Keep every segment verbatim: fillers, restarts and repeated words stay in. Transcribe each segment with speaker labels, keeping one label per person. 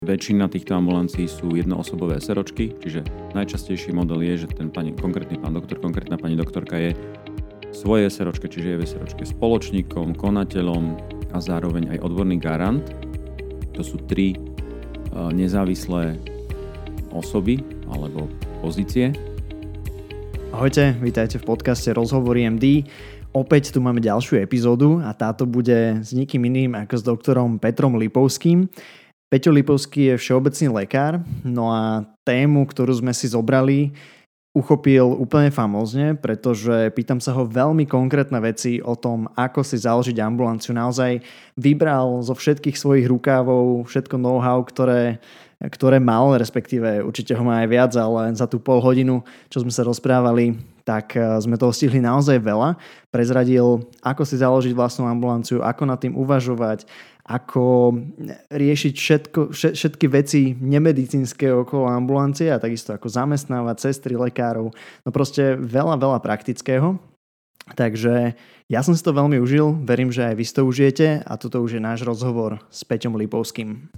Speaker 1: Väčšina týchto ambulancií sú jednoosobové SROčky, čiže najčastejší model je, že ten pani, konkrétny pán doktor, konkrétna pani doktorka je svoje SROčke, čiže je v SROčke spoločníkom, konateľom a zároveň aj odborný garant. To sú tri uh, nezávislé osoby alebo pozície.
Speaker 2: Ahojte, vítajte v podcaste Rozhovory em dé. Opäť tu máme ďalšiu epizódu a táto bude s nikým iným ako s doktorom Petrom Lipovským. Peťo Lipovský je všeobecný lekár, no a tému, ktorú sme si zobrali, uchopil úplne famózne, pretože pýtam sa ho veľmi konkrétne veci o tom, ako si založiť ambulanciu. Naozaj vybral zo všetkých svojich rukávov všetko know-how, ktoré, ktoré mal, respektíve určite ho má aj viac, ale za tú pol hodinu, čo sme sa rozprávali, tak sme toho stihli naozaj veľa. Prezradil, ako si založiť vlastnú ambulanciu, ako nad tým uvažovať, ako riešiť všetko, všetky veci nemedicínske okolo ambulancie a takisto ako zamestnávať sestry, lekárov. No proste veľa, veľa praktického. Takže ja som si to veľmi užil, verím, že aj vy si to užijete a toto už je náš rozhovor s Peťom Lipovským.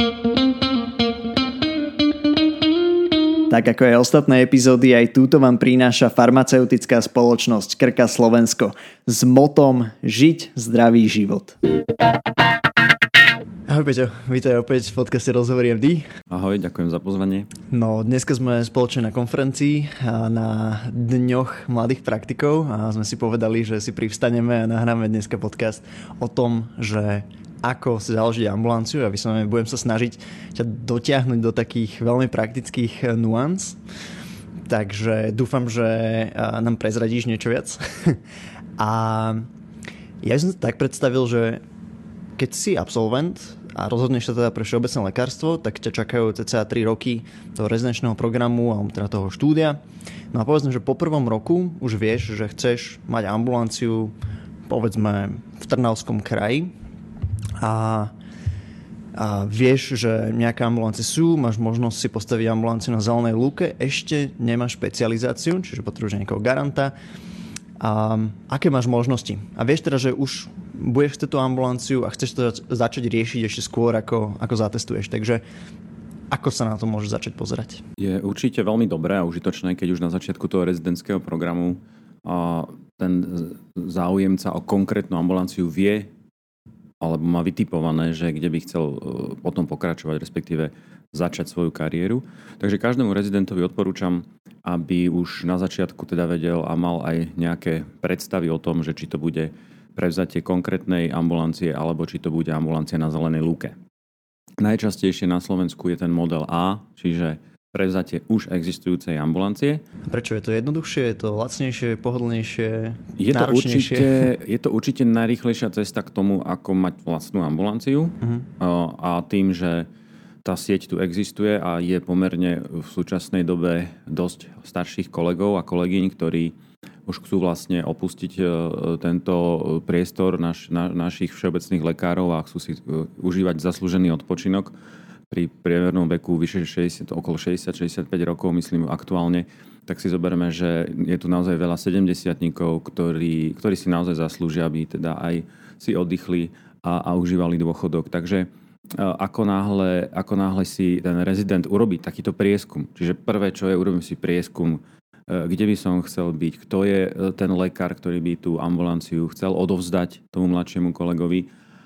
Speaker 2: Tak ako aj ostatné epizódy, aj túto vám prináša farmaceutická spoločnosť Krka Slovensko s motom Žiť zdravý život. Ahoj Peťo, vítaj opäť v podcaste Rozhovory em dé.
Speaker 1: Ahoj, ďakujem za pozvanie.
Speaker 2: No, dneska sme spoločne na konferencii na dňoch mladých praktikov a sme si povedali, že si privstaneme a nahráme dneska podcast o tom, že ako si založiť ambulanciu a vyslovene budem sa snažiť ťa dotiahnuť do takých veľmi praktických nuans. Takže dúfam, že nám prezradíš niečo viac. A ja som sa tak predstavil, že keď si absolvent a rozhodneš sa teda pre všeobecné lekárstvo, tak ťa čakajú cca tri roky toho rezidenčného programu alebo teda toho štúdia. No a povedzme, že po prvom roku už vieš, že chceš mať ambulanciu povedzme v Trnavskom kraji. A, a vieš, že nejaké ambulancie sú, máš možnosť si postaviť ambulanciu na zelenej lúke, ešte nemáš špecializáciu, čiže potrebuješ nejakého garanta. A aké máš možnosti? A vieš teda, že už budeš chcieť tú ambulanciu a chceš to začať riešiť ešte skôr, ako, ako zatestuješ. Takže ako sa na to môžeš začať pozerať?
Speaker 1: Je určite veľmi dobré a užitočné, keď už na začiatku toho rezidentského programu a ten záujemca o konkrétnu ambulanciu vie, alebo má vytipované, že kde by chcel potom pokračovať, respektíve začať svoju kariéru. Takže každému rezidentovi odporúčam, aby už na začiatku teda vedel a mal aj nejaké predstavy o tom, že či to bude prevzatie konkrétnej ambulancie, alebo či to bude ambulancia na zelenej lúke. Najčastejšie na Slovensku je ten model A, čiže prevzatie už existujúcej ambulancie.
Speaker 2: Prečo je to jednoduchšie, je to lacnejšie, pohodlnejšie,
Speaker 1: je to
Speaker 2: náročnejšie?
Speaker 1: Určite, je to určite najrýchlejšia cesta k tomu, ako mať vlastnú ambulanciu. Uh-huh. A tým, že tá sieť tu existuje a je pomerne v súčasnej dobe dosť starších kolegov a kolegyň, ktorí už chcú vlastne opustiť tento priestor naš, na, našich všeobecných lekárov a chcú si užívať zaslúžený odpočinok pri priemernom veku vyše šesťdesiat, okolo šesťdesiat šesťdesiatpäť rokov, myslím aktuálne, tak si zoberieme, že je tu naozaj veľa sedemdesiatnikov, ktorí, ktorí si naozaj zaslúžia, aby teda aj si oddychli a, a užívali dôchodok. Takže ako náhle, ako náhle si ten rezident urobí takýto prieskum, čiže prvé, čo je, urobím si prieskum, kde by som chcel byť, kto je ten lekár, ktorý by tú ambulanciu chcel odovzdať tomu mladšiemu kolegovi.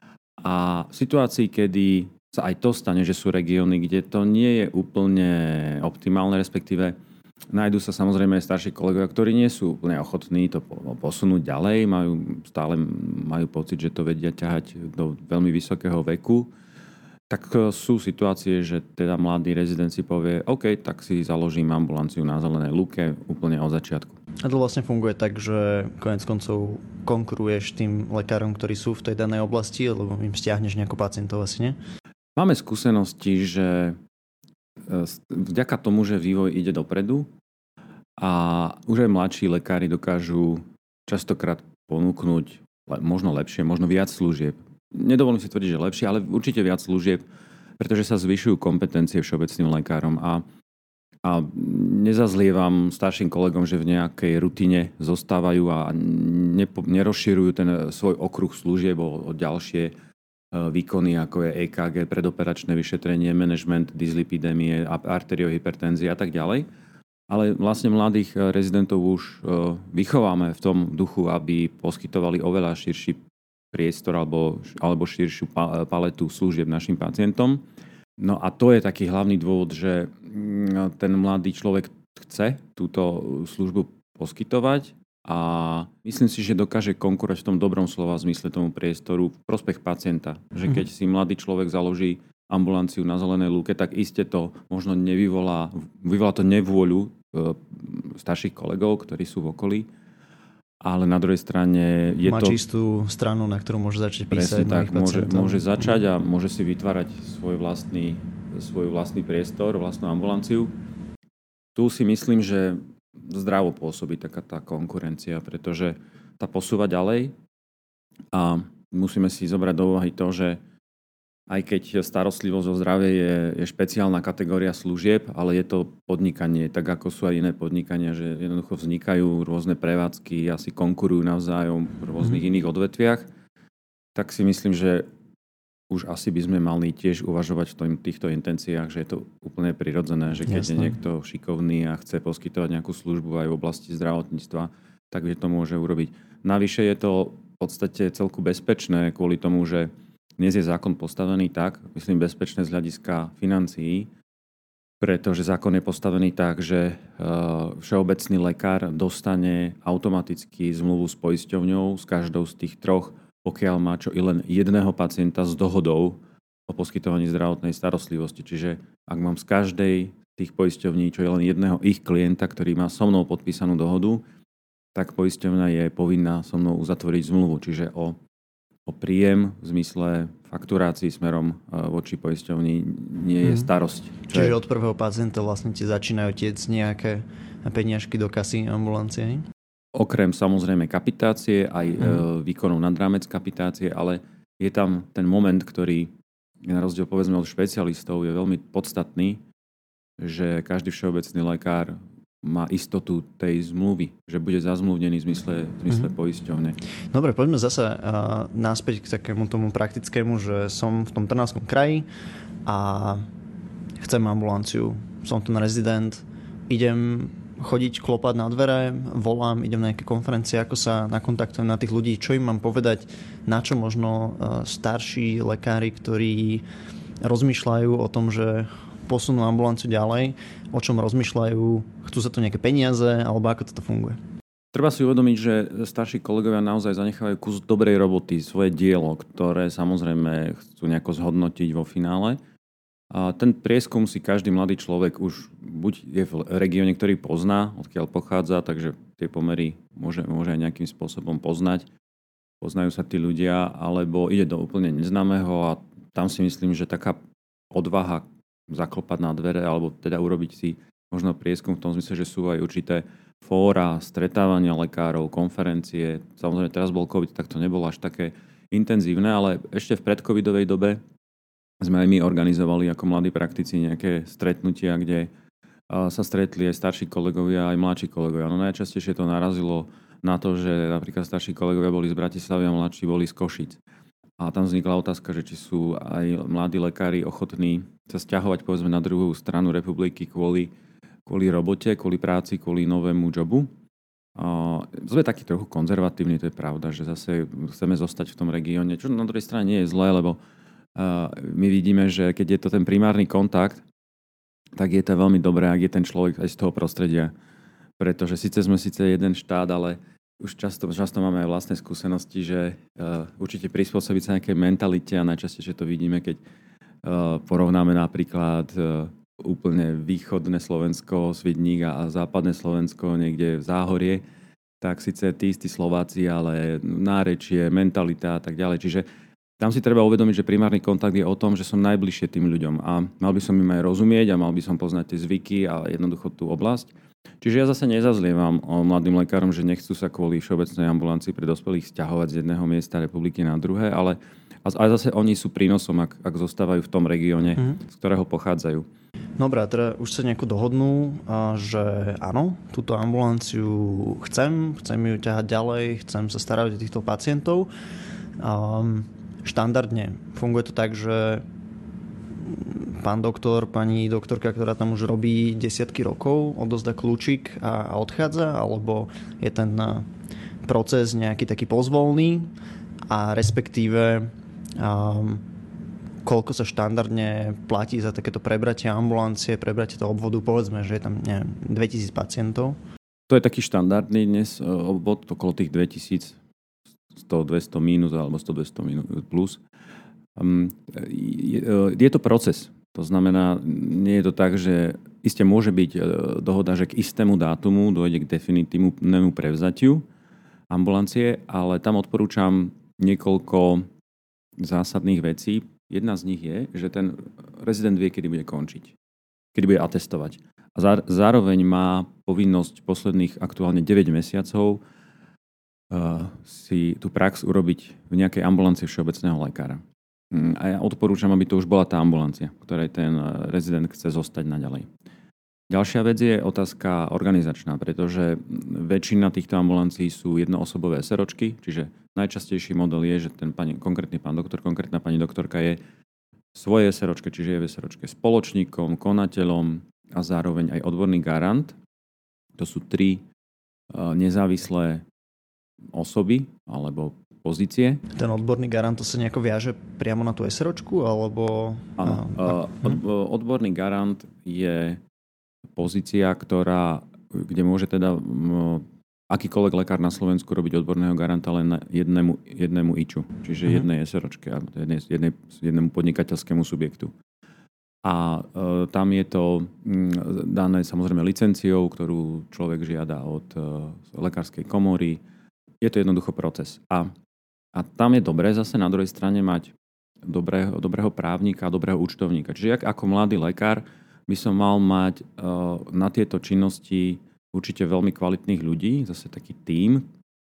Speaker 1: A v situácii, kedy sa aj to stane, že sú regióny, kde to nie je úplne optimálne, respektíve nájdú sa samozrejme aj starší kolegovia, ktorí nie sú úplne ochotní to posunúť ďalej, majú, stále majú pocit, že to vedia ťahať do veľmi vysokého veku, tak sú situácie, že teda mladý rezident si povie, OK, tak si založím ambulanciu na zelenej lúke úplne od začiatku.
Speaker 2: A to vlastne funguje tak, že konec koncov konkuruješ tým lekárom, ktorí sú v tej danej oblasti, lebo im stiahneš nejakú pacientov asi, nie?
Speaker 1: Máme skúsenosti, že vďaka tomu, že vývoj ide dopredu a už aj mladší lekári dokážu častokrát ponúknuť možno lepšie, možno viac služieb. Nedovolím si tvrdiť, že lepšie, ale určite viac služieb, pretože sa zvyšujú kompetencie všeobecným lekárom a, a nezazlievam starším kolegom, že v nejakej rutine zostávajú a nepo, nerozširujú ten svoj okruh služieb o, o ďalšie výkony, ako je é ká gé, predoperačné vyšetrenie, management dyslipidémie, arteriohypertenzie a tak ďalej. Ale vlastne mladých rezidentov už vychováme v tom duchu, aby poskytovali oveľa širší priestor alebo, alebo širšiu paletu služieb našim pacientom. No a to je taký hlavný dôvod, že ten mladý človek chce túto službu poskytovať a myslím si, že dokáže konkurovať v tom dobrom slova zmysle tomu priestoru v prospech pacienta. Že keď si mladý človek založí ambulanciu na Zelenej lúke, tak iste to možno nevyvolá, vyvolá to nevôľu e, starších kolegov, ktorí sú v okolí, ale na druhej strane je
Speaker 2: Má
Speaker 1: to...
Speaker 2: Má čistú stranu, na ktorú môže začať písať.
Speaker 1: Presne tak, môže, môže začať a môže si vytvárať svoj vlastný, svoj vlastný priestor, vlastnú ambulanciu. Tu si myslím, že zdravo pôsobí taká tá konkurencia, pretože tá posúva ďalej a musíme si zobrať do úvahy to, že aj keď starostlivosť o zdravie je, je špeciálna kategória služieb, ale je to podnikanie, tak ako sú aj iné podnikania, že jednoducho vznikajú rôzne prevádzky a si konkurujú navzájom v rôznych mm. iných odvetviach, tak si myslím, že už asi by sme mali tiež uvažovať v tom, týchto intenciách, že je to úplne prirodzené, že keď Jasne. je niekto šikovný a chce poskytovať nejakú službu aj v oblasti zdravotníctva, tak to môže urobiť. Navyše je to v podstate celku bezpečné kvôli tomu, že dnes je zákon postavený tak, myslím bezpečné z hľadiska financií, pretože zákon je postavený tak, že všeobecný lekár dostane automaticky zmluvu s poisťovňou s každou z tých troch, pokiaľ má čo i len jedného pacienta s dohodou o poskytovaní zdravotnej starostlivosti. Čiže ak mám z každej tých poisťovní čo i len jedného ich klienta, ktorý má so mnou podpísanú dohodu, tak poisťovňa je povinná so mnou uzatvoriť zmluvu. Čiže o o príjem v zmysle fakturácií smerom voči poisťovni nie je starosť.
Speaker 2: Čiže je... od prvého pacienta vlastne ti začínajú tiec nejaké peniažky do kasy ambulancie?
Speaker 1: Okrem samozrejme kapitácie, aj mm. výkonov nad rámec kapitácie, ale je tam ten moment, ktorý na rozdiel povedzme od špecialistov je veľmi podstatný, že každý všeobecný lekár má istotu tej zmluvy, že bude zazmluvnený v zmysle, v zmysle mm-hmm. poisťovne.
Speaker 2: Dobre, poďme zase uh, naspäť k takému tomu praktickému, že som v tom Trnavskom kraji a chcem ambulanciu, som ten rezident, idem chodiť, klopať na dvere, volám, idem na nejaké konferencie, ako sa nakontaktujem na tých ľudí, čo im mám povedať, na čo možno uh, starší lekári, ktorí rozmýšľajú o tom, že posunú ambulanciu ďalej, o čom rozmýšľajú, chcú za to nejaké peniaze, alebo ako toto funguje?
Speaker 1: Treba si uvedomiť, že starší kolegovia naozaj zanechávajú kus dobrej roboty, svoje dielo, ktoré samozrejme chcú nejako zhodnotiť vo finále. A ten prieskum si každý mladý človek už buď je v regióne, ktorý pozná, odkiaľ pochádza, takže tie pomery môže, môže aj nejakým spôsobom poznať. Poznajú sa tí ľudia, alebo ide do úplne neznámeho a tam si myslím, že taká odvaha zaklopať na dvere, alebo teda urobiť si možno prieskum v tom zmysle, že sú aj určité fóra, stretávania lekárov, konferencie. Samozrejme, teraz bol COVID, tak to nebolo až také intenzívne, ale ešte v predcovidovej dobe sme aj my organizovali ako mladí praktici nejaké stretnutia, kde sa stretli aj starší kolegovia, aj mladší kolegovia. No najčastejšie to narazilo na to, že napríklad starší kolegovia boli z Bratislavy a mladší boli z Košic. A tam vznikla otázka, že či sú aj mladí lekári ochotní sa sťahovať povedzme na druhú stranu republiky kvôli, kvôli robote, kvôli práci, kvôli novému jobu. A sme takí trochu konzervatívni, to je pravda, že zase chceme zostať v tom regióne, čo na druhej strane nie je zlé, lebo uh, my vidíme, že keď je to ten primárny kontakt, tak je to veľmi dobré, ak je ten človek aj z toho prostredia. Pretože síce sme síce jeden štát, ale už často, často máme aj vlastné skúsenosti, že uh, určite prispôsobiť sa nejakej mentalite a najčastejšie to vidíme, keď uh, porovnáme napríklad uh, úplne východné Slovensko, Svidník a, a západné Slovensko niekde v Záhorie, tak síce tí istí Slováci, ale nárečie, mentalita a tak ďalej. Čiže tam si treba uvedomiť, že primárny kontakt je o tom, že som najbližšie tým ľuďom a mal by som im aj rozumieť a mal by som poznať tie zvyky a jednoducho tú oblasť. Čiže ja zase nezazlievam o mladým lekárom, že nechcú sa kvôli všeobecnej ambulancii pre dospelých sťahovať z jedného miesta republiky na druhé, ale aj zase oni sú prínosom, ak, ak zostávajú v tom regióne, mm. z ktorého pochádzajú.
Speaker 2: Dobre, a teda už sa nejako dohodnú, že áno, túto ambulanciu chcem, chcem ju ťahať ďalej, chcem sa starať o týchto pacientov. Um, štandardne funguje to tak, že pán doktor, pani doktorka, ktorá tam už robí desiatky rokov, odozdá kľúčik a, a odchádza, alebo je ten proces nejaký taký pozvolný a respektíve um, koľko sa štandardne platí za takéto prebratie ambulancie, prebratie toho obvodu, povedzme, že je tam neviem, dvetisíc pacientov.
Speaker 1: To je taký štandardný dnes obvod, okolo tých dvetisícsto dvesto minút alebo sto dvesto minút plus. Um, je, je to proces. To znamená, nie je to tak, že iste môže byť dohoda, že k istému dátumu dojde k definitívnemu prevzatiu ambulancie, ale tam odporúčam niekoľko zásadných vecí. Jedna z nich je, že ten rezident vie, kedy bude končiť, kedy bude atestovať. A zároveň má povinnosť posledných aktuálne deväť mesiacov uh, si tú prax urobiť v nejakej ambulancii všeobecného lekára. A ja odporúčam, aby to už bola tá ambulancia, ktorej ten rezident chce zostať naďalej. Ďalšia vec je otázka organizačná, pretože väčšina týchto ambulancií sú jednoosobové SROčky, čiže najčastejší model je, že ten pani, konkrétny pán doktor, konkrétna pani doktorka je svoje SROčke, čiže je v SROčke spoločníkom, konateľom a zároveň aj odborný garant. To sú tri nezávislé osoby alebo pozície.
Speaker 2: Ten odborný garant to sa nejako viaže priamo na tú SROčku, alebo...
Speaker 1: Áno, odborný garant je pozícia, ktorá, kde môže teda akýkoľvek lekár na Slovensku robiť odborného garanta len na jednému, jednému iču, čiže uh-huh. jednej SROčke, alebo jednej, jednej, jednému podnikateľskému subjektu. A e, tam je to m, dané samozrejme licenciou, ktorú človek žiada od e, lekárskej komory. Je to jednoducho proces. A A tam je dobré zase na druhej strane mať dobrého, dobrého právnika a dobrého účtovníka. Čiže jak ako mladý lekár by som mal mať uh, na tieto činnosti určite veľmi kvalitných ľudí, zase taký tím.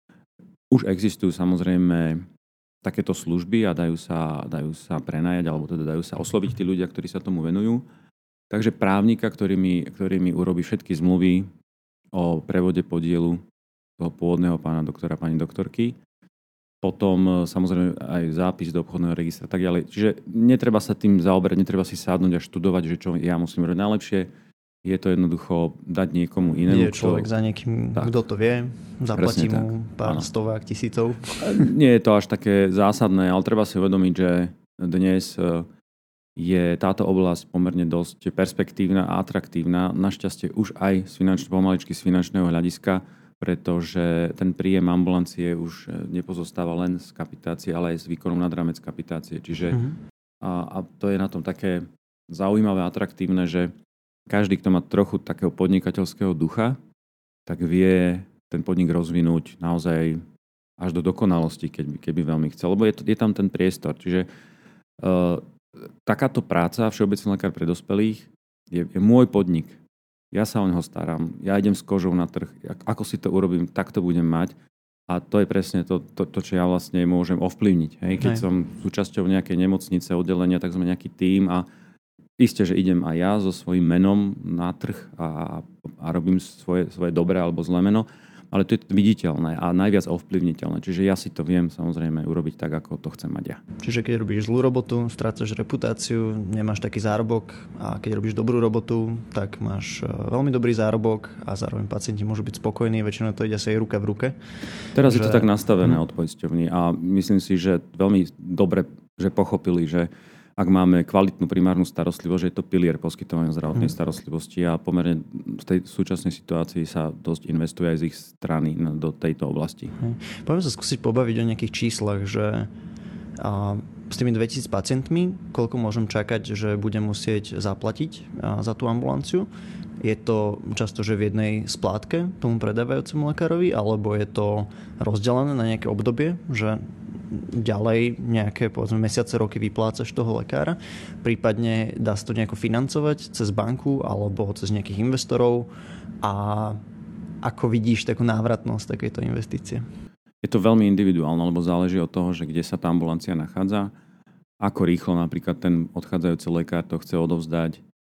Speaker 1: Už existujú samozrejme takéto služby a dajú sa, dajú sa prenajať, alebo teda dajú sa osloviť tí ľudia, ktorí sa tomu venujú. Takže právnika, ktorý mi, ktorý mi urobí všetky zmluvy o prevode podielu toho pôvodného pána doktora, pani doktorky, potom samozrejme aj zápis do obchodného registra a tak ďalej. Čiže netreba sa tým zaoberať, netreba si sadnúť a študovať, že čo ja musím robiť najlepšie. Je to jednoducho dať niekomu inému.
Speaker 2: Je človek kto... za niekým, tak. Kto to vie, zaplatí mu pár stovák, tisícov.
Speaker 1: Nie je to až také zásadné, ale treba si uvedomiť, že dnes je táto oblasť pomerne dosť perspektívna a atraktívna. Našťastie už aj z finančného, pomaličky z finančného hľadiska, pretože ten príjem ambulancie už nepozostáva len z kapitácie, ale aj s výkonom nad rámec kapitácie. Čiže mm-hmm. a, a to je na tom také zaujímavé a atraktívne, že každý, kto má trochu takého podnikateľského ducha, tak vie ten podnik rozvinúť naozaj až do dokonalosti, keď by, keby veľmi chcel. Lebo je, to, je tam ten priestor. Čiže uh, takáto práca, všeobecný lekár pre dospelých, je, je môj podnik. Ja sa o neho starám, ja idem s kožou na trh, ako si to urobím, tak to budem mať. A to je presne to, to, to čo ja vlastne môžem ovplyvniť. Hej? Keď Hej. som súčasťou nejakej nemocnice, oddelenia, tak sme nejaký tím a isté, že idem aj ja so svojím menom na trh a, a robím svoje, svoje dobré alebo zlé meno, ale to je viditeľné a najviac ovplyvniteľné. Čiže ja si to viem samozrejme urobiť tak, ako to chcem mať ja. Čiže
Speaker 2: keď robíš zlú robotu, strácaš reputáciu, nemáš taký zárobok, a keď robíš dobrú robotu, tak máš veľmi dobrý zárobok a zároveň pacienti môžu byť spokojní, väčšinou to ide sa aj ruka v ruke.
Speaker 1: Teraz že... je to tak nastavené od poisťovní a myslím si, že veľmi dobre, že pochopili, že ak máme kvalitnú primárnu starostlivosť, že je to pilier poskytovania zdravotnej hmm. starostlivosti a pomerne v tej súčasnej situácii sa dosť investuje aj z ich strany do tejto oblasti.
Speaker 2: Hmm. Poďme sa skúsiť pobaviť o nejakých číslach, že a, s tými dvetisíc pacientmi, koľko môžem čakať, že budem musieť zaplatiť a, za tú ambulanciu? Je to často, že v jednej splátke tomu predávajúcemu lekárovi, alebo je to rozdelené na nejaké obdobie, že ďalej nejaké povedzme mesiace, roky vyplácaš toho lekára, prípadne dá sa to nejako financovať cez banku alebo cez nejakých investorov a ako vidíš takú návratnosť takejto investície?
Speaker 1: Je to veľmi individuálne, lebo záleží od toho, že kde sa tá ambulancia nachádza, ako rýchlo napríklad ten odchádzajúci lekár to chce odovzdať,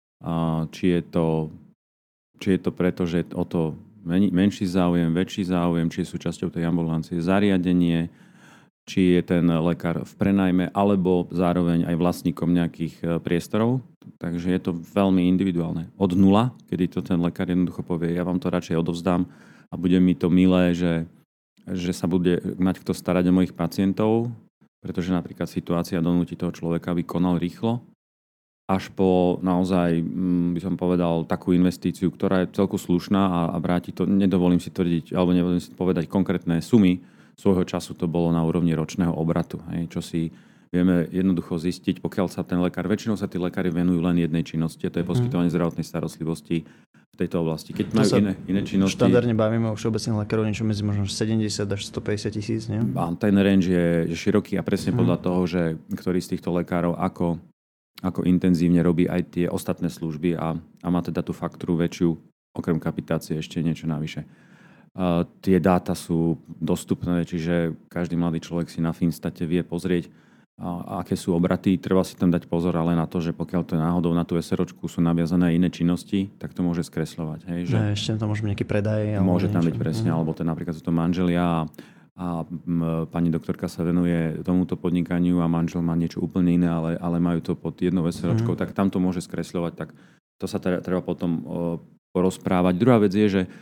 Speaker 1: a či je to, či je to preto, že o to menší záujem, väčší záujem, či je súčasťou tej ambulancie zariadenie, či je ten lekár v prenajme, alebo zároveň aj vlastníkom nejakých priestorov. Takže je to veľmi individuálne. Od nula, kedy to ten lekár jednoducho povie, ja vám to radšej odovzdám a bude mi to milé, že, že sa bude mať kto starať o mojich pacientov, pretože napríklad situácia donúti toho človeka, aby konal rýchlo, až po naozaj, by som povedal, takú investíciu, ktorá je celku slušná a, a vráti to, nedovolím si tvrdiť, alebo nedovolím si povedať konkrétne sumy, svojho času to bolo na úrovni ročného obratu, hej, čo si vieme jednoducho zistiť, pokiaľ sa ten lekár, väčšinou sa tí lekári venujú len jednej činnosti, a to je poskytovanie mm. zdravotnej starostlivosti v tejto oblasti. Keď majú iné, iné činnosti...
Speaker 2: Štandardne bavíme o všeobecných lekárov niečo medzi možno sedemdesiat až stopäťdesiat tisíc, nie?
Speaker 1: A ten range je, je široký a presne mm. podľa toho, že ktorý z týchto lekárov ako, ako intenzívne robí aj tie ostatné služby a, a má teda tú faktúru väčšiu, okrem kapitácie ešte niečo navyše. Uh, tie dáta sú dostupné, čiže každý mladý človek si na Finstate vie pozrieť, uh, aké sú obraty. Treba si tam dať pozor ale na to, že pokiaľ to je náhodou na tú SROčku sú naviazané aj iné činnosti, tak to môže skresľovať. Hej, že
Speaker 2: no, ešte tam môže byť nejaký predaj.
Speaker 1: Môže tam
Speaker 2: niečo.
Speaker 1: byť presne, mm. alebo to napríklad sú to manželia a, a m, pani doktorka sa venuje tomuto podnikaniu a manžel má niečo úplne iné, ale, ale majú to pod jednou SROčkou, mm. tak tam to môže skresľovať. Tak to sa teda, treba potom uh, porozprávať. Druhá vec je, že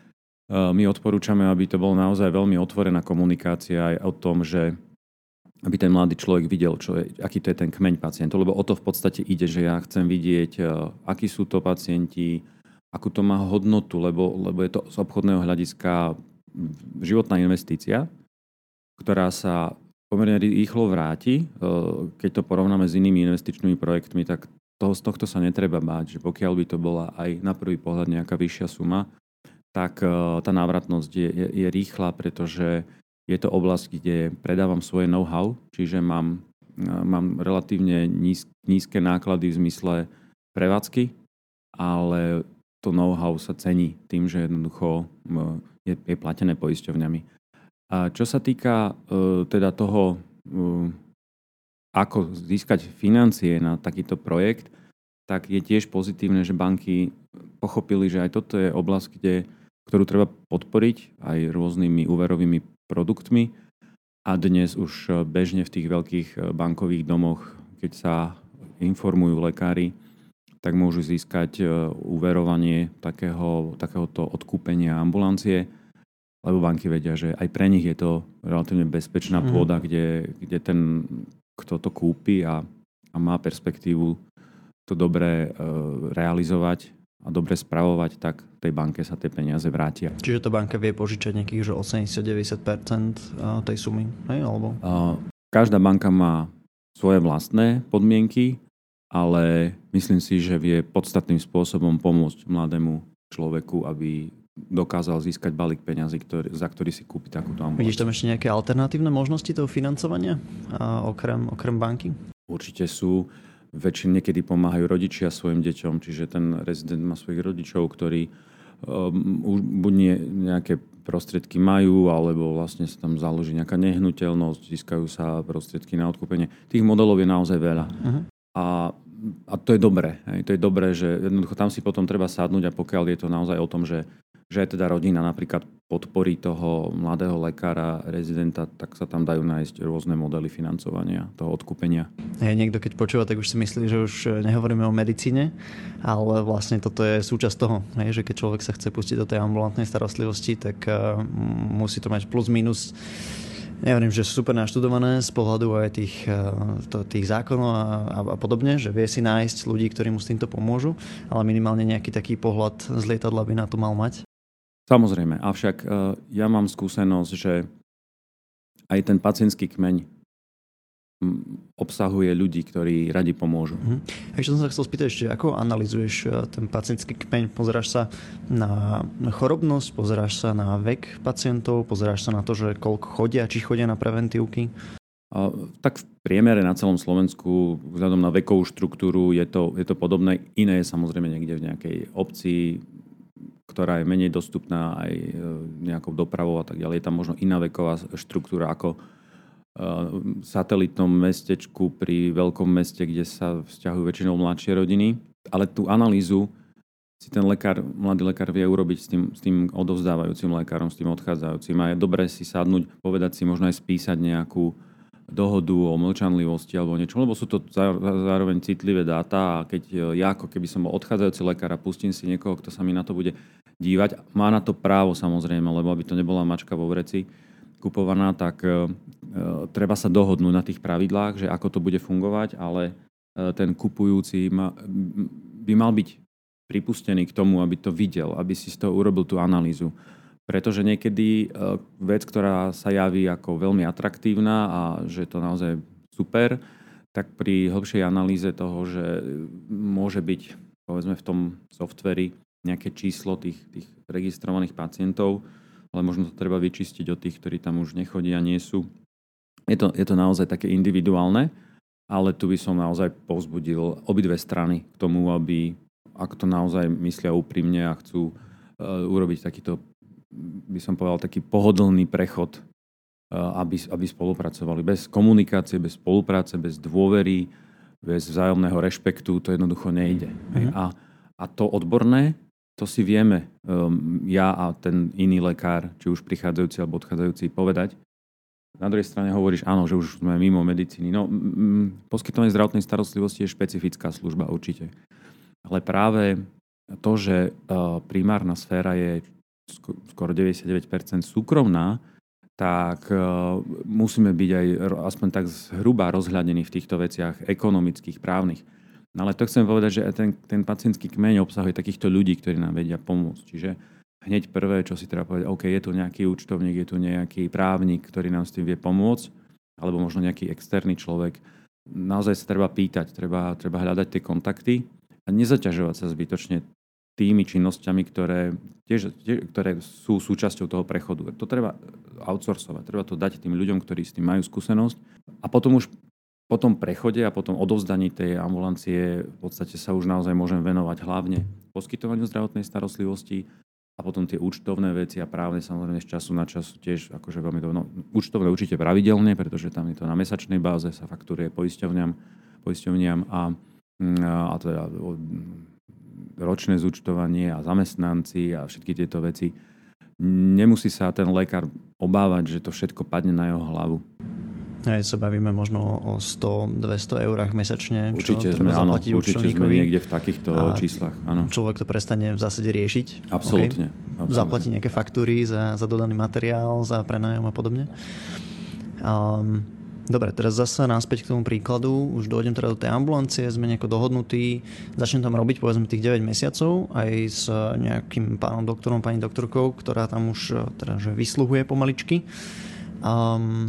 Speaker 1: my odporúčame, aby to bolo naozaj veľmi otvorená komunikácia aj o tom, že aby ten mladý človek videl, čo je, aký to je ten kmeň pacientov, lebo o to v podstate ide, že ja chcem vidieť, akí sú to pacienti, akú to má hodnotu, lebo, lebo je to z obchodného hľadiska životná investícia, ktorá sa pomerne rýchlo vráti. Keď to porovnáme s inými investičnými projektmi, tak toho, z tohto sa netreba báť, že pokiaľ by to bola aj na prvý pohľad nejaká vyššia suma, tak tá návratnosť je, je, je rýchla, pretože je to oblasť, kde predávam svoje know-how, čiže mám, mám relatívne níz, nízke náklady v zmysle prevádzky, ale to know-how sa cení tým, že jednoducho je, je platené poisťovňami. A čo sa týka teda toho, ako získať financie na takýto projekt, tak je tiež pozitívne, že banky pochopili, že aj toto je oblasť, kde ktorú treba podporiť aj rôznymi úverovými produktmi. A dnes už bežne v tých veľkých bankových domoch, keď sa informujú lekári, tak môžu získať úverovanie takého, takéhoto odkúpenia ambulancie, lebo banky vedia, že aj pre nich je to relatívne bezpečná pôda, kde, kde ten, kto to kúpi a, a má perspektívu to dobre e, realizovať a dobre spravovať, tak tej banke sa tie peniaze vrátia.
Speaker 2: Čiže tá banka vie požičať nejakých že osemdesiat až deväťdesiat percent tej sumy, hej? Alebo?
Speaker 1: Každá banka má svoje vlastné podmienky, ale myslím si, že vie podstatným spôsobom pomôcť mladému človeku, aby dokázal získať balík peňazí, ktorý, za ktorý si kúpi takúto ambuláciu.
Speaker 2: Vidíš tam ešte nejaké alternatívne možnosti toho financovania okrem, okrem banky?
Speaker 1: Určite sú. Väčšine niekedy pomáhajú rodičia svojim deťom, čiže ten rezident má svojich rodičov, ktorí um, buď nie, nejaké prostriedky majú, alebo vlastne sa tam založí nejaká nehnuteľnosť, získajú sa prostriedky na odkúpenie. Tých modelov je naozaj veľa. Uh-huh. A, a to je dobré. Hej. To je dobré, že jednoducho tam si potom treba sadnúť a pokiaľ je to naozaj o tom, že že aj teda rodina napríklad podporí toho mladého lekára, rezidenta, tak sa tam dajú nájsť rôzne modely financovania, toho odkúpenia.
Speaker 2: Je niekto, keď počúva, tak už si myslí, že už nehovoríme o medicíne, ale vlastne toto je súčasť toho, že keď človek sa chce pustiť do tej ambulantnej starostlivosti, tak musí to mať plus minus. Neverím, že sú super naštudované z pohľadu aj tých, to, tých zákonov a, a, a podobne, že vie si nájsť ľudí, ktorí mu s týmto pomôžu, ale minimálne nejaký taký pohľad z lietadla by na to mal mať.
Speaker 1: Samozrejme, avšak ja mám skúsenosť, že aj ten pacientský kmeň obsahuje ľudí, ktorí radi pomôžu.
Speaker 2: Uh-huh. Ešte som sa chcel spýtať, ešte, ako analyzuješ ten pacientský kmeň? Pozeráš sa na chorobnosť, pozeráš sa na vek pacientov, pozeráš sa na to, že koľko chodia, či chodia na preventívky?
Speaker 1: A, tak v priemere na celom Slovensku vzhľadom na vekovú štruktúru je to, je to podobné. Iné je samozrejme niekde v nejakej obci, ktorá je menej dostupná aj nejakou dopravou a tak ďalej. Je tam možno iná veková štruktúra ako v satelitnom mestečku pri veľkom meste, kde sa vzťahujú väčšinou mladšie rodiny. Ale tú analýzu si ten lekár, mladý lekár vie urobiť s tým, s tým odovzdávajúcim lekárom, s tým odchádzajúcim. A je dobré si sadnúť, povedať si, možno aj spísať nejakú dohodu o mlčanlivosti alebo niečo, lebo sú to zároveň citlivé dáta a keď ja ako keby som bol odchádzajúci lekár a pustím si niekoho, kto sa mi na to bude dívať, má na to právo samozrejme, lebo aby to nebola mačka vo vreci kupovaná, tak e, treba sa dohodnúť na tých pravidlách, že ako to bude fungovať, ale e, ten kupujúci ma, by mal byť pripustený k tomu, aby to videl, aby si z toho urobil tú analýzu. Pretože niekedy vec, ktorá sa javí ako veľmi atraktívna a že je to naozaj super, tak pri hlbšej analýze toho, že môže byť povedzme v tom softveri nejaké číslo tých, tých registrovaných pacientov, ale možno to treba vyčistiť od tých, ktorí tam už nechodia, nie sú. Je to, je to naozaj také individuálne, ale tu by som naozaj povzbudil obidve strany k tomu, aby ak to naozaj myslia úprimne a chcú uh, urobiť takýto, by som povedal, taký pohodlný prechod, uh, aby, aby spolupracovali. Bez komunikácie, bez spolupráce, bez dôvery, bez vzájomného rešpektu to jednoducho nejde. Mm-hmm. A, a to odborné, to si vieme um, ja a ten iný lekár, či už prichádzajúci alebo odchádzajúci, povedať. Na druhej strane hovoríš, áno, že už sme mimo medicíny. No, mm, poskytovanie zdravotnej starostlivosti je špecifická služba určite. Ale práve to, že primárna sféra je skoro deväťdesiatdeväť percent súkromná, tak musíme byť aj aspoň tak zhruba rozhľadení v týchto veciach ekonomických, právnych. No ale to chcem povedať, že ten, ten pacientský kmeň obsahuje takýchto ľudí, ktorí nám vedia pomôcť. Čiže hneď prvé, čo si treba povedať, OK, je tu nejaký účtovník, je tu nejaký právnik, ktorý nám s tým vie pomôcť, alebo možno nejaký externý človek. Naozaj sa treba pýtať, treba, treba hľadať tie kontakty a nezaťažovať sa zbytočne tými činnosťami, ktoré, tiež, tiež, ktoré sú súčasťou toho prechodu. To treba outsourcovať, treba to dať tým ľuďom, ktorí s tým majú skúsenosť a potom už po tom prechode a potom odovzdaní tej ambulancie v podstate sa už naozaj môžem venovať hlavne poskytovaniu zdravotnej starostlivosti a potom tie účtovné veci a právne samozrejme z času na čas tiež akože veľmi to, no, účtovné určite pravidelne, pretože tam je to na mesačnej báze, sa fakturuje poisťovňam, poisťovňam a a teda ročné zúčtovanie a zamestnanci a všetky tieto veci. Nemusí sa ten lekár obávať, že to všetko padne na jeho hlavu.
Speaker 2: Aj sa bavíme možno o sto dvesto eurách mesačne.
Speaker 1: Určite sme, áno, určite sme niekde v takýchto číslach. Áno.
Speaker 2: Človek to prestane v zásade riešiť.
Speaker 1: Absolútne. Okay. Absolútne.
Speaker 2: Zaplatí nejaké faktúry za, za dodaný materiál, za prenájom a podobne. Um, Dobre, teraz zase naspäť k tomu príkladu. Už dojdem teda do tej ambulancie, sme nejako dohodnutí, začnem tam robiť povedzme tých deväť mesiacov aj s nejakým pánom doktorom, pani doktorkou, ktorá tam už teda, že vysluhuje pomaličky. Um,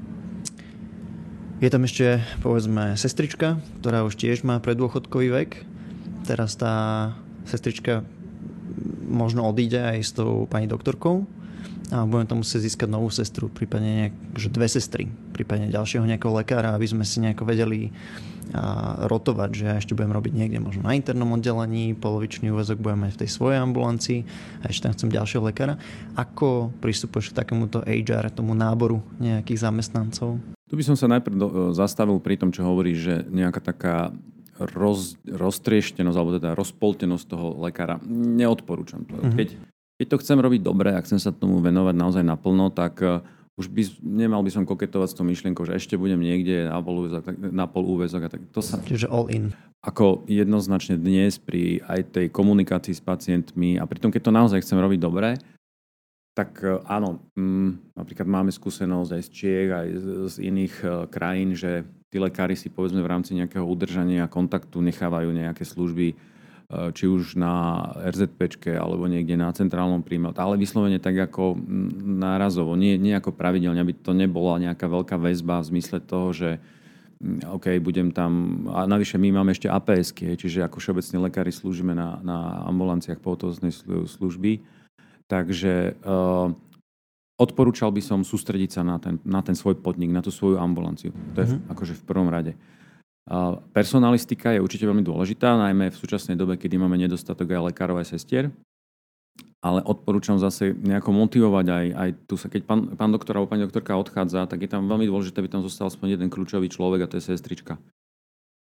Speaker 2: je tam ešte povedzme sestrička, ktorá už tiež má preddôchodkový vek. Teraz tá sestrička možno odíde aj s tou pani doktorkou. A budeme tam musieť získať novú sestru, prípadne nejak, že dve sestry, prípadne ďalšieho nejakého lekára, aby sme si nejako vedeli a, rotovať, že ja ešte budem robiť niekde možno na internom oddelení, polovičný úväzok budem mať v tej svojej ambulancii a ešte tam chcem ďalšieho lekára. Ako pristupuješ k takémuto há er, tomu náboru nejakých zamestnancov? Tu
Speaker 1: by som sa najprv do, zastavil pri tom, čo hovoríš, že nejaká taká roz, roztrieštenosť alebo teda rozpoltenosť toho lekára neodporúčam. Mm-hmm. Keď Keď to chcem robiť dobre a chcem sa tomu venovať naozaj naplno, tak uh, už by, nemal by som koketovať s tou myšlienkou, že ešte budem niekde na pol úväzok, na pol úväzok a tak. To sa,
Speaker 2: čiže all in.
Speaker 1: Ako jednoznačne dnes pri aj tej komunikácii s pacientmi a pri tom, keď to naozaj chcem robiť dobre, tak uh, áno, mm, napríklad máme skúsenosť aj z Čiech, aj z, z iných uh, krajín, že tí lekári si povedzme v rámci nejakého udržania kontaktu nechávajú nejaké služby či už na er zet péčke alebo niekde na centrálnom príjme, ale vyslovene tak ako nárazovo, nie, nie ako pravidelne, aby to nebola nejaká veľká väzba v zmysle toho, že OK, budem tam, a navyše my máme ešte á pé esky, čiže ako všeobecní lekári slúžime na, na ambulanciách pohotovostnej služby, takže uh, odporúčal by som sústrediť sa na ten, na ten svoj podnik, na tú svoju ambulanciu. To je mm-hmm. akože v prvom rade. Personalistika je určite veľmi dôležitá, najmä v súčasnej dobe, kedy máme nedostatok aj lekárov, aj sestier. Ale odporúčam zase nejako motivovať aj, aj tu sa, keď pán, pán doktor alebo pani doktorka odchádza, tak je tam veľmi dôležité, aby tam zostal aspoň jeden kľúčový človek a to je sestrička.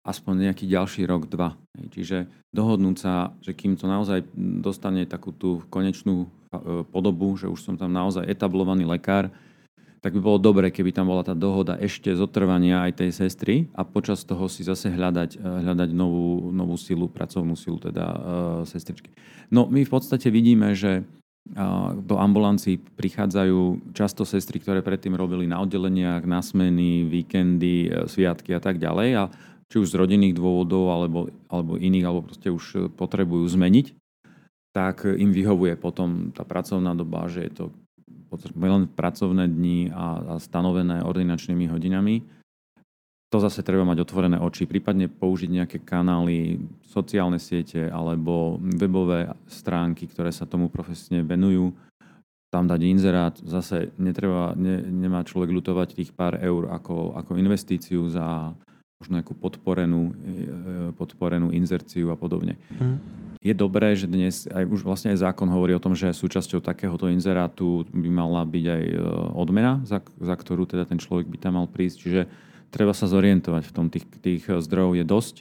Speaker 1: aspoň nejaký ďalší rok, dva. Čiže dohodnúť sa, že kým to naozaj dostane takú tú konečnú podobu, že už som tam naozaj etablovaný lekár, tak by bolo dobre, keby tam bola tá dohoda ešte zotrvania aj tej sestry a počas toho si zase hľadať, hľadať novú, novú silu, pracovnú silu, teda uh, sestričky. No my v podstate vidíme, že uh, do ambulancií prichádzajú často sestry, ktoré predtým robili na oddeleniach, na smeny, víkendy, sviatky a tak ďalej a či už z rodinných dôvodov alebo, alebo iných, alebo proste už potrebujú zmeniť, tak im vyhovuje potom tá pracovná doba, že je to len pracovné dni a, a stanovené ordinačnými hodinami. To zase treba mať otvorené oči, prípadne použiť nejaké kanály, sociálne siete alebo webové stránky, ktoré sa tomu profesne venujú. Tam dať inzerát. Zase netreba, ne, nemá človek ľutovať tých pár eur ako, ako investíciu za možno nejakú podporenú, podporenú inzerciu a podobne. Mm. Je dobré, že dnes aj už vlastne aj zákon hovorí o tom, že súčasťou takéhoto inzerátu by mala byť aj odmena, za, za ktorú teda ten človek by tam mal prísť. Čiže treba sa zorientovať v tom, tých, tých zdrojov je dosť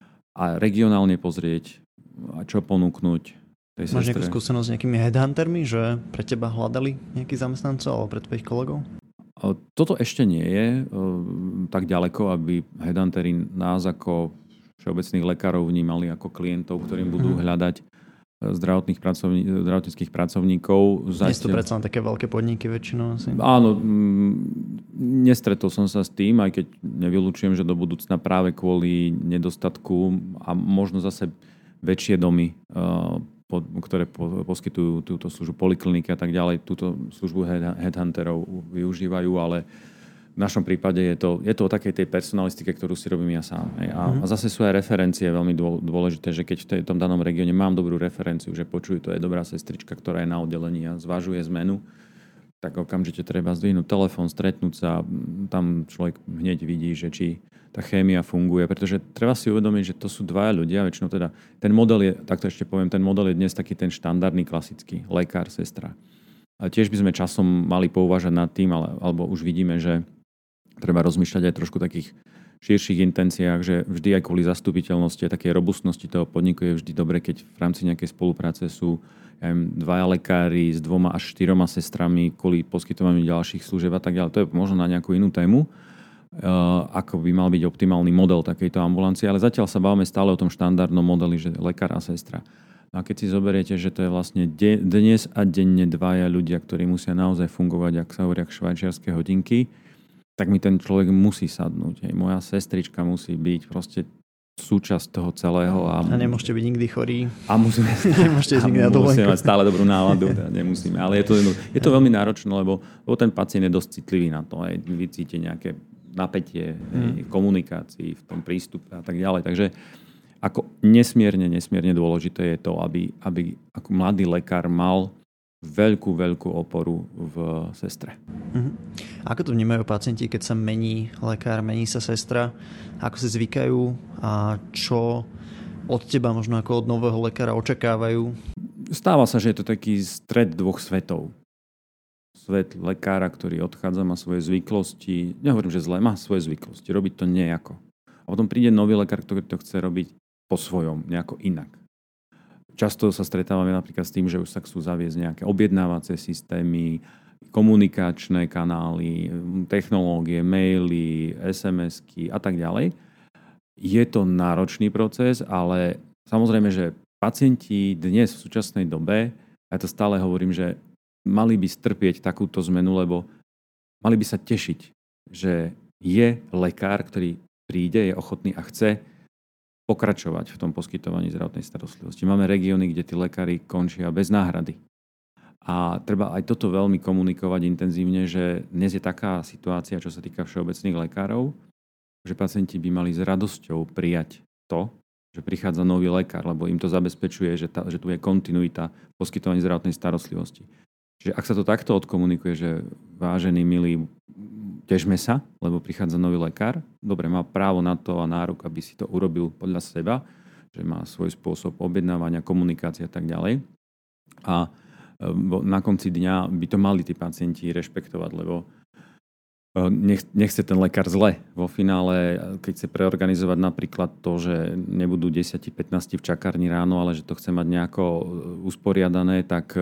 Speaker 1: a regionálne pozrieť, čo ponúknuť tej sestre.
Speaker 2: Máš nejakú skúsenosť s nejakými headhuntermi, že pre teba hľadali nejakých zamestnancov alebo pre tvojich kolegov?
Speaker 1: Toto ešte nie je tak ďaleko, aby headhunteri nás ako všeobecných lekárov vnímali ako klientov, ktorým budú hľadať zdravotných pracovní, zdravotníckých pracovníkov.
Speaker 2: Nie sú to predsa také veľké podniky väčšinou? Asi.
Speaker 1: Áno, nestretol som sa s tým, aj keď nevylučujem, že do budúcna práve kvôli nedostatku a možno zase väčšie domy, ktoré poskytujú túto službu, polikliniky a tak ďalej, túto službu headhunterov využívajú, ale v našom prípade je to, je to o takej tej personalistike, ktorú si robím ja sám. A, a zase sú aj referencie veľmi dôležité, že keď v tom danom regióne mám dobrú referenciu, že počuj, to je dobrá sestrička, ktorá je na oddelení a zvažuje zmenu, tak okamžite treba zdvihnúť telefón, stretnúť sa, tam človek hneď vidí, že či tá chémia funguje, pretože treba si uvedomiť, že to sú dvaja ľudia, väčšinou teda ten model je, takto ešte poviem, ten model je dnes taký ten štandardný, klasický, lekár, sestra. A tiež by sme časom mali pouvažať nad tým, ale, alebo už vidíme, že treba rozmýšľať aj trošku takých širších intenciách, že vždy aj kvôli zastupiteľnosti a takej robustnosti toho podniku je vždy dobre, keď v rámci nejakej spolupráce sú ja viem, dvaja lekári s dvoma až štyroma sestrami kvôli poskytovaniu ďalších služieb a tak ďalej. To je možno na nejakú inú tému, ako by mal byť optimálny model takejto ambulancie, ale zatiaľ sa bavíme stále o tom štandardnom modeli, že lekár a sestra. A keď si zoberiete, že to je vlastne de- dnes a denne dvaja ľudia, ktorí musia naozaj fungovať, ak sa hovoria švajčiarske hodinky, tak mi ten človek musí sadnúť. Hej. Moja sestrička musí byť proste súčasť toho celého. A,
Speaker 2: a nemôžete byť nikdy chorí.
Speaker 1: A musíme,
Speaker 2: nemôžete ísť nikdy na dovolenku.
Speaker 1: Musíme mať stále dobrú náladu. Teda nemusíme. Ale je to, je to veľmi náročné, lebo, lebo ten pacient je dosť citlivý na to. Hej. Vy cítite nejaké napätie hej, hmm. komunikácii v tom prístupe a tak ďalej. Takže ako nesmierne, nesmierne dôležité je to, aby, aby ako mladý lekár mal veľkú, veľkú oporu v sestre.
Speaker 2: Uh-huh. Ako to vnímajú pacienti, keď sa mení lekár, mení sa sestra? Ako si zvykajú a čo od teba možno ako od nového lekára očakávajú?
Speaker 1: Stáva sa, že je to taký stred dvoch svetov. Svet lekára, ktorý odchádza, má svoje zvyklosti. Nehovorím, že zle, má svoje zvyklosti. Robiť to nejako. A potom príde nový lekár, ktorý to chce robiť po svojom, nejako inak. Často sa stretávame napríklad s tým, že už sa chcú zaviesť nejaké objednávacie systémy, komunikačné kanály, technológie, maily, es em esky a tak ďalej. Je to náročný proces, ale samozrejme, že pacienti dnes v súčasnej dobe, ja to stále hovorím, že mali by strpieť takúto zmenu, lebo mali by sa tešiť, že je lekár, ktorý príde, je ochotný a chce pokračovať v tom poskytovaní zdravotnej starostlivosti. Máme regióny, kde tí lekári končia bez náhrady. A treba aj toto veľmi komunikovať intenzívne, že dnes je taká situácia, čo sa týka všeobecných lekárov, že pacienti by mali s radosťou prijať to, že prichádza nový lekár, lebo im to zabezpečuje, že, tá, že tu je kontinuita v poskytovaní zdravotnej starostlivosti. Čiže ak sa to takto odkomunikuje, že vážený, milý, težme sa, lebo prichádza nový lekár. Dobre, má právo na to a nárok, aby si to urobil podľa seba, že má svoj spôsob objednávania, komunikácie a tak ďalej. A na konci dňa by to mali tí pacienti rešpektovať, lebo nech, nechce ten lekár zle. Vo finále, keď chce preorganizovať napríklad to, že nebudú desať pätnásť v čakárni ráno, ale že to chce mať nejako usporiadané, tak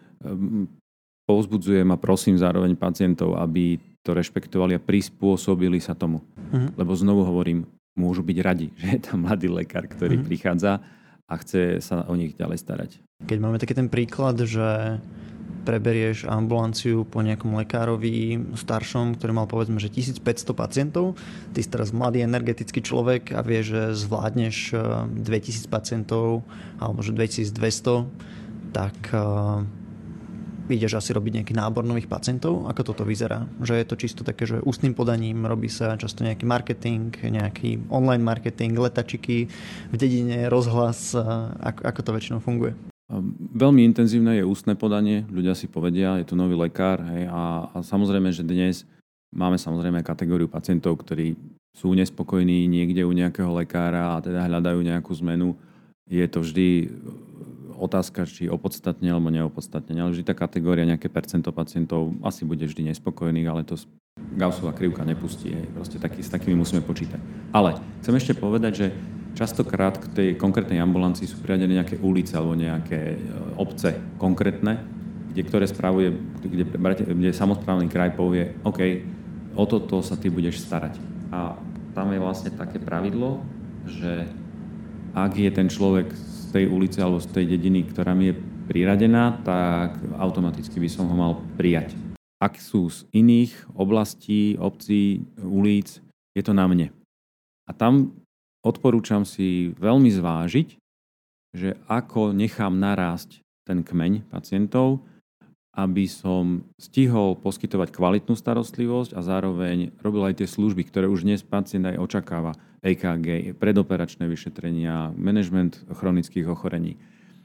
Speaker 1: povzbudzujem a prosím zároveň pacientov, aby to rešpektovali a prispôsobili sa tomu. Uh-huh. Lebo znovu hovorím, môžu byť radi, že je tam mladý lekár, ktorý uh-huh. prichádza a chce sa o nich ďalej starať. Keď
Speaker 2: máme taký ten príklad, že preberieš ambulanciu po nejakom lekárovi staršom, ktorý mal povedzme, že tisícpäťsto pacientov. Ty si teraz mladý, energetický človek a vieš, že zvládneš dvetisíc pacientov alebo že dvetisícdvesto, tak uh, ideš asi robiť nejaký nábor nových pacientov. Ako toto vyzerá? Že je to čisto také, že ústnym podaním robí sa často nejaký marketing, nejaký online marketing, letačiky v dedine, rozhlas. Ako, ako to väčšinou funguje?
Speaker 1: Veľmi intenzívne je ústne podanie, ľudia si povedia, je tu nový lekár, hej, a, a samozrejme, že dnes máme samozrejme kategóriu pacientov, ktorí sú nespokojní niekde u nejakého lekára a teda hľadajú nejakú zmenu. Je to vždy otázka, či opodstatne alebo neopodstatne, ale vždy tá kategória, nejaké percento pacientov asi bude vždy nespokojných, ale to Gaussova krivka nepustí, hej, proste taký, s takými musíme počítať. Ale chcem ešte povedať, že častokrát k tej konkrétnej ambulancii sú priradené nejaké ulice alebo nejaké obce konkrétne, kde ktoré spravuje, kde, kde samosprávny kraj povie, OK, o toto sa ty budeš starať. A tam je vlastne také pravidlo, že ak je ten človek z tej ulice alebo z tej dediny, ktorá mi je priradená, tak automaticky by som ho mal prijať. Ak sú z iných oblastí, obcí, ulic, je to na mne. A tam odporúčam si veľmi zvážiť, že ako nechám narásť ten kmeň pacientov, aby som stihol poskytovať kvalitnú starostlivosť a zároveň robil aj tie služby, ktoré už dnes pacient aj očakáva. é ká gé, predoperačné vyšetrenia, manažment chronických ochorení.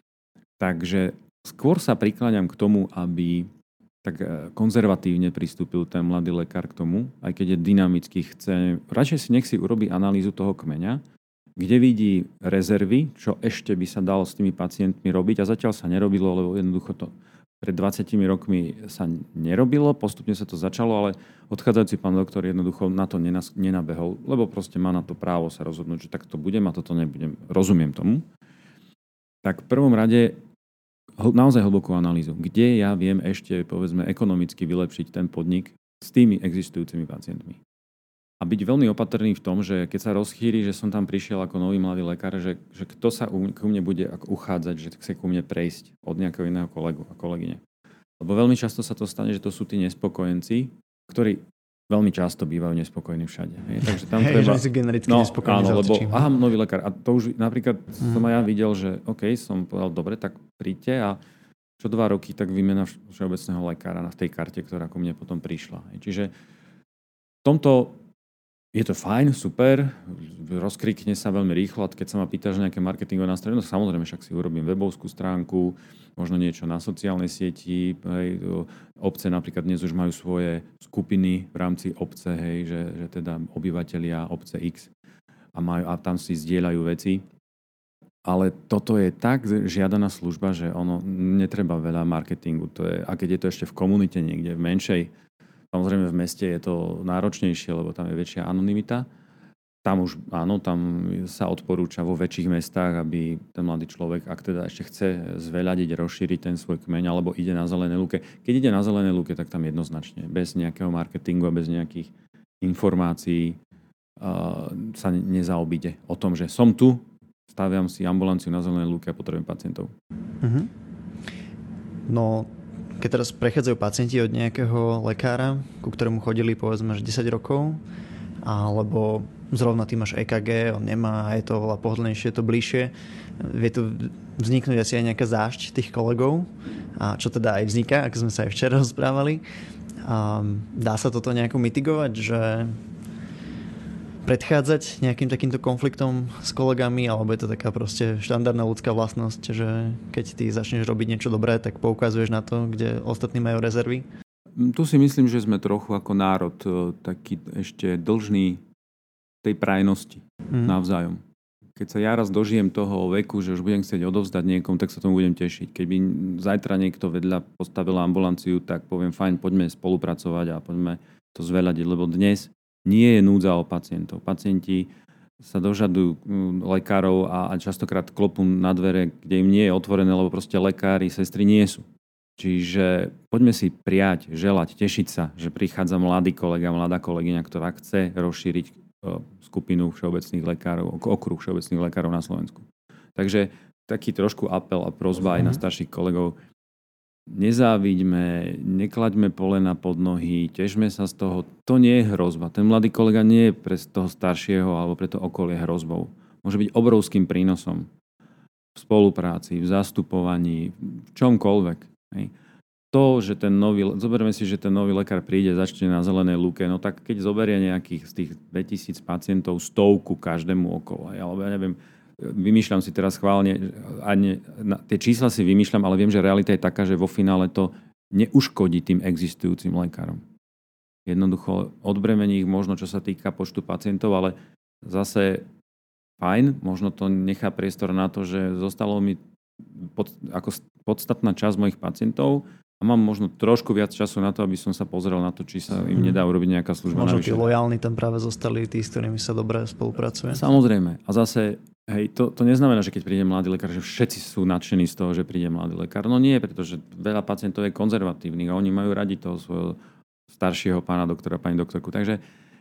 Speaker 1: Takže skôr sa prikláňam k tomu, aby tak konzervatívne pristúpil ten mladý lekár k tomu, aj keď je dynamicky, chce, radšej si nech si urobí analýzu toho kmeňa, kde vidí rezervy, čo ešte by sa dalo s tými pacientmi robiť a zatiaľ sa nerobilo, lebo jednoducho to pred dvadsiatimi rokmi sa nerobilo, postupne sa to začalo, ale odchádzajúci pán doktor jednoducho na to nenabehol, lebo proste má na to právo sa rozhodnúť, že tak to budem a toto nebudem. Rozumiem tomu. Tak v prvom rade naozaj hlbokú analýzu, kde ja viem ešte, povedzme, ekonomicky vylepšiť ten podnik s tými existujúcimi pacientmi. A byť veľmi opatrný v tom, že keď sa rozchýri, že som tam prišiel ako nový mladý lekár, že, že kto sa u, ku mne bude uchádzať, že chce ku mne prejsť od nejakého iného kolegu a kolegyne. Lebo veľmi často sa to stane, že to sú tí nespokojenci, ktorí veľmi často bývajú nespokojní všade. Hej. Takže tam
Speaker 2: hey, treba... Že si genericky
Speaker 1: no,
Speaker 2: nespokojný.
Speaker 1: Áno, lebo aha, nový lekár. A to už napríklad mm. som aj ja videl, že OK, som povedal, dobre, tak príďte a čo dva roky, tak výmena všeobecného lekára na tej karte, ktorá ku mne potom prišla. Hej. Čiže v tomto je to fajn, super, rozkrikne sa veľmi rýchlo, a keď sa ma pýtaš nejaké marketingové nástroje, no samozrejme, však si urobím webovskú stránku, možno niečo na sociálnej sieti, hej, obce napríklad dnes už majú svoje skupiny v rámci obce, hej, že, že teda obyvatelia obce X a, majú, a tam si zdieľajú veci. Ale toto je tak žiadaná služba, že ono netreba veľa marketingu. To je, a keď je to ešte v komunite niekde, v menšej, samozrejme v meste je to náročnejšie, lebo tam je väčšia anonymita. Tam už, áno, tam sa odporúča vo väčších mestách, aby ten mladý človek, ak teda ešte chce zveľadiť, rozšíriť ten svoj kmeň, alebo ide na zelenej lúke. Keď ide na zelenej lúke, tak tam jednoznačne, bez nejakého marketingu a bez nejakých informácií uh, sa nezaobíde o tom, že som tu, staviam si ambulanciu na zelenej lúke a potrebujem pacientov.
Speaker 2: Mm-hmm. No, keď teraz prechádzajú pacienti od nejakého lekára, ku ktorému chodili povedzme že desať rokov, alebo zrovna ty máš é ká gé, on nemá, je to veľa pohodlnejšie, je to bližšie, vie tu vzniknúť asi aj nejaká zášť tých kolegov, a čo teda aj vzniká, ako sme sa aj včera rozprávali. A dá sa toto nejako mitigovať, že predchádzať nejakým takýmto konfliktom s kolegami, alebo je to taká proste štandardná ľudská vlastnosť, že keď ty začneš robiť niečo dobré, tak poukazuješ na to, kde ostatní majú rezervy?
Speaker 1: Tu si myslím, že sme trochu ako národ taký ešte dlžný tej prajnosti mm. navzájom. Keď sa ja raz dožijem toho veku, že už budem chcieť odovzdať niekomu, tak sa tomu budem tešiť. Keby zajtra niekto vedľa postavil ambulanciu, tak poviem fajn, poďme spolupracovať a poďme to zveľadiť, lebo dnes nie je núdza o pacientov. Pacienti sa dožadujú lekárov a, a častokrát klopú na dvere, kde im nie je otvorené, lebo proste lekári, sestry nie sú. Čiže poďme si prijať, želať, tešiť sa, že prichádza mladý kolega, mladá kolegyňa, ktorá chce rozšíriť skupinu všeobecných lekárov, okruh všeobecných lekárov na Slovensku. Takže taký trošku apel a prosba aj na starších kolegov. Nezáviďme, neklaďme polena pod nohy, težme sa z toho. To nie je hrozba. Ten mladý kolega nie je pre toho staršieho alebo pre to okolie hrozbou. Môže byť obrovským prínosom v spolupráci, v zastupovaní, v čomkoľvek. Hej. To, že ten nový, zoberme si, že ten nový lekár príde, začne na zelenej lúke, no tak keď zoberie nejakých z tých dvetisíc pacientov stovku každému okolo, alebo ja neviem, vymýšľam si teraz schválne, a ne, na, tie čísla si vymýšľam, ale viem, že realita je taká, že vo finále to neuškodí tým existujúcim lekárom. Jednoducho odbremení ich možno, čo sa týka počtu pacientov, ale zase fajn, možno to nechá priestor na to, že zostalo mi pod, ako podstatná časť mojich pacientov a mám možno trošku viac času na to, aby som sa pozrel na to, či sa im nedá urobiť nejaká služba.
Speaker 2: Možno tí lojálni tam práve zostali, tí, s ktorými sa dobre spolupracuje.
Speaker 1: Samozrejme. A zase, hej, to, to neznamená, že keď príde mladý lekár, že všetci sú nadšení z toho, že príde mladý lekár. No nie, pretože veľa pacientov je konzervatívnych a oni majú radi toho svojho staršieho pána doktora, pani doktorku. Takže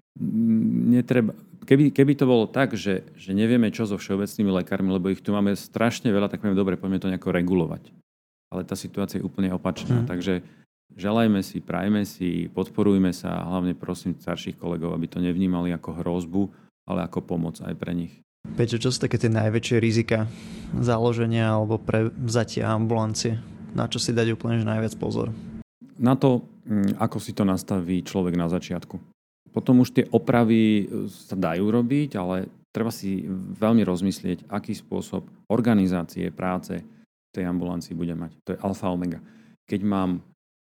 Speaker 1: netreba, keby, keby to bolo tak, že, že nevieme, čo so všeobecnými lekármi, lebo ich tu máme strašne veľa, tak vieme, dobre, poďme to nejako regulovať. Ale tá situácia je úplne opačná. Hmm. Takže želajme si, prajme si, podporujme sa a hlavne prosím starších kolegov, aby to nevnímali ako hrozbu, ale ako pomoc aj pre nich.
Speaker 2: Peťo, čo sú také tie najväčšie rizika založenia alebo prevzatia ambulancie? Na čo si dať úplne najviac pozor?
Speaker 1: Na to, ako si to nastaví človek na začiatku. Potom už tie opravy sa dajú robiť, ale treba si veľmi rozmyslieť, aký spôsob organizácie práce tej ambulancii bude mať. To je alfa omega. Keď mám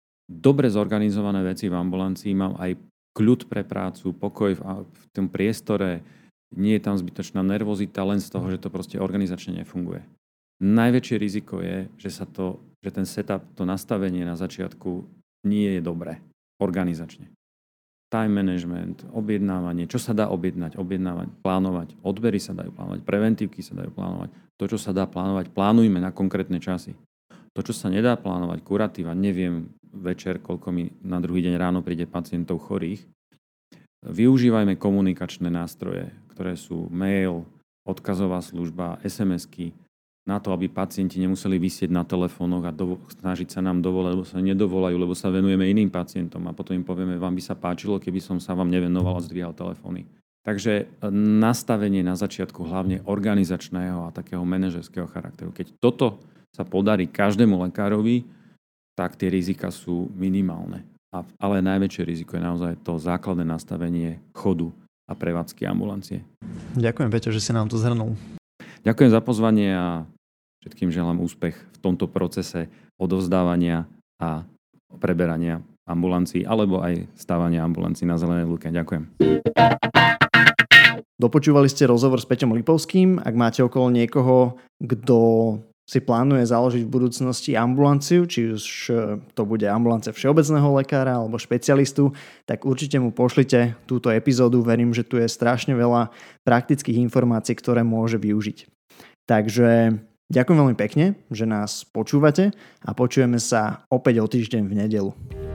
Speaker 1: dobre zorganizované veci v ambulancii, mám aj kľud pre prácu, pokoj v, v tom priestore, nie je tam zbytočná nervozita len z toho, že to proste organizačne nefunguje. Najväčšie riziko je, že, sa to, že ten setup, to nastavenie na začiatku nie je dobré organizačne. Time management, objednávanie, čo sa dá objednať, objednávať, plánovať, odbery sa dajú plánovať, preventívky sa dajú plánovať. To, čo sa dá plánovať, plánujme na konkrétne časy. To, čo sa nedá plánovať, kuratíva, neviem večer, koľko mi na druhý deň ráno príde pacientov chorých. Využívajme komunikačné nástroje, ktoré sú mail, odkazová služba, es em esky, na to, aby pacienti nemuseli visieť na telefónoch a dovo- snažiť sa nám dovolať, lebo sa nedovolajú, lebo sa venujeme iným pacientom a potom im povieme, vám by sa páčilo, keby som sa vám nevenoval a zdvíhal telefóny. Takže nastavenie na začiatku hlavne organizačného a takého manažerského charakteru. Keď toto sa podarí každému lekárovi, tak tie rizika sú minimálne. A, ale najväčšie riziko je naozaj to základné nastavenie chodu a prevádzky ambulancie.
Speaker 2: Ďakujem, Peťo, že si nám to zhrnul.
Speaker 1: Ďakujem za pozvanie a všetkým želám úspech v tomto procese odovzdávania a preberania ambulancií alebo aj stávania ambulancií na zelenej lúke. Ďakujem.
Speaker 2: Dopočúvali ste rozhovor s Peťom Lipovským. Ak máte okolo niekoho, kto si plánuje založiť v budúcnosti ambulanciu, či už to bude ambulancia všeobecného lekára alebo špecialistu, tak určite mu pošlite túto epizódu. Verím, že tu je strašne veľa praktických informácií, ktoré môže využiť. Takže ďakujem veľmi pekne, že nás počúvate a počujeme sa opäť o týždeň v nedeľu.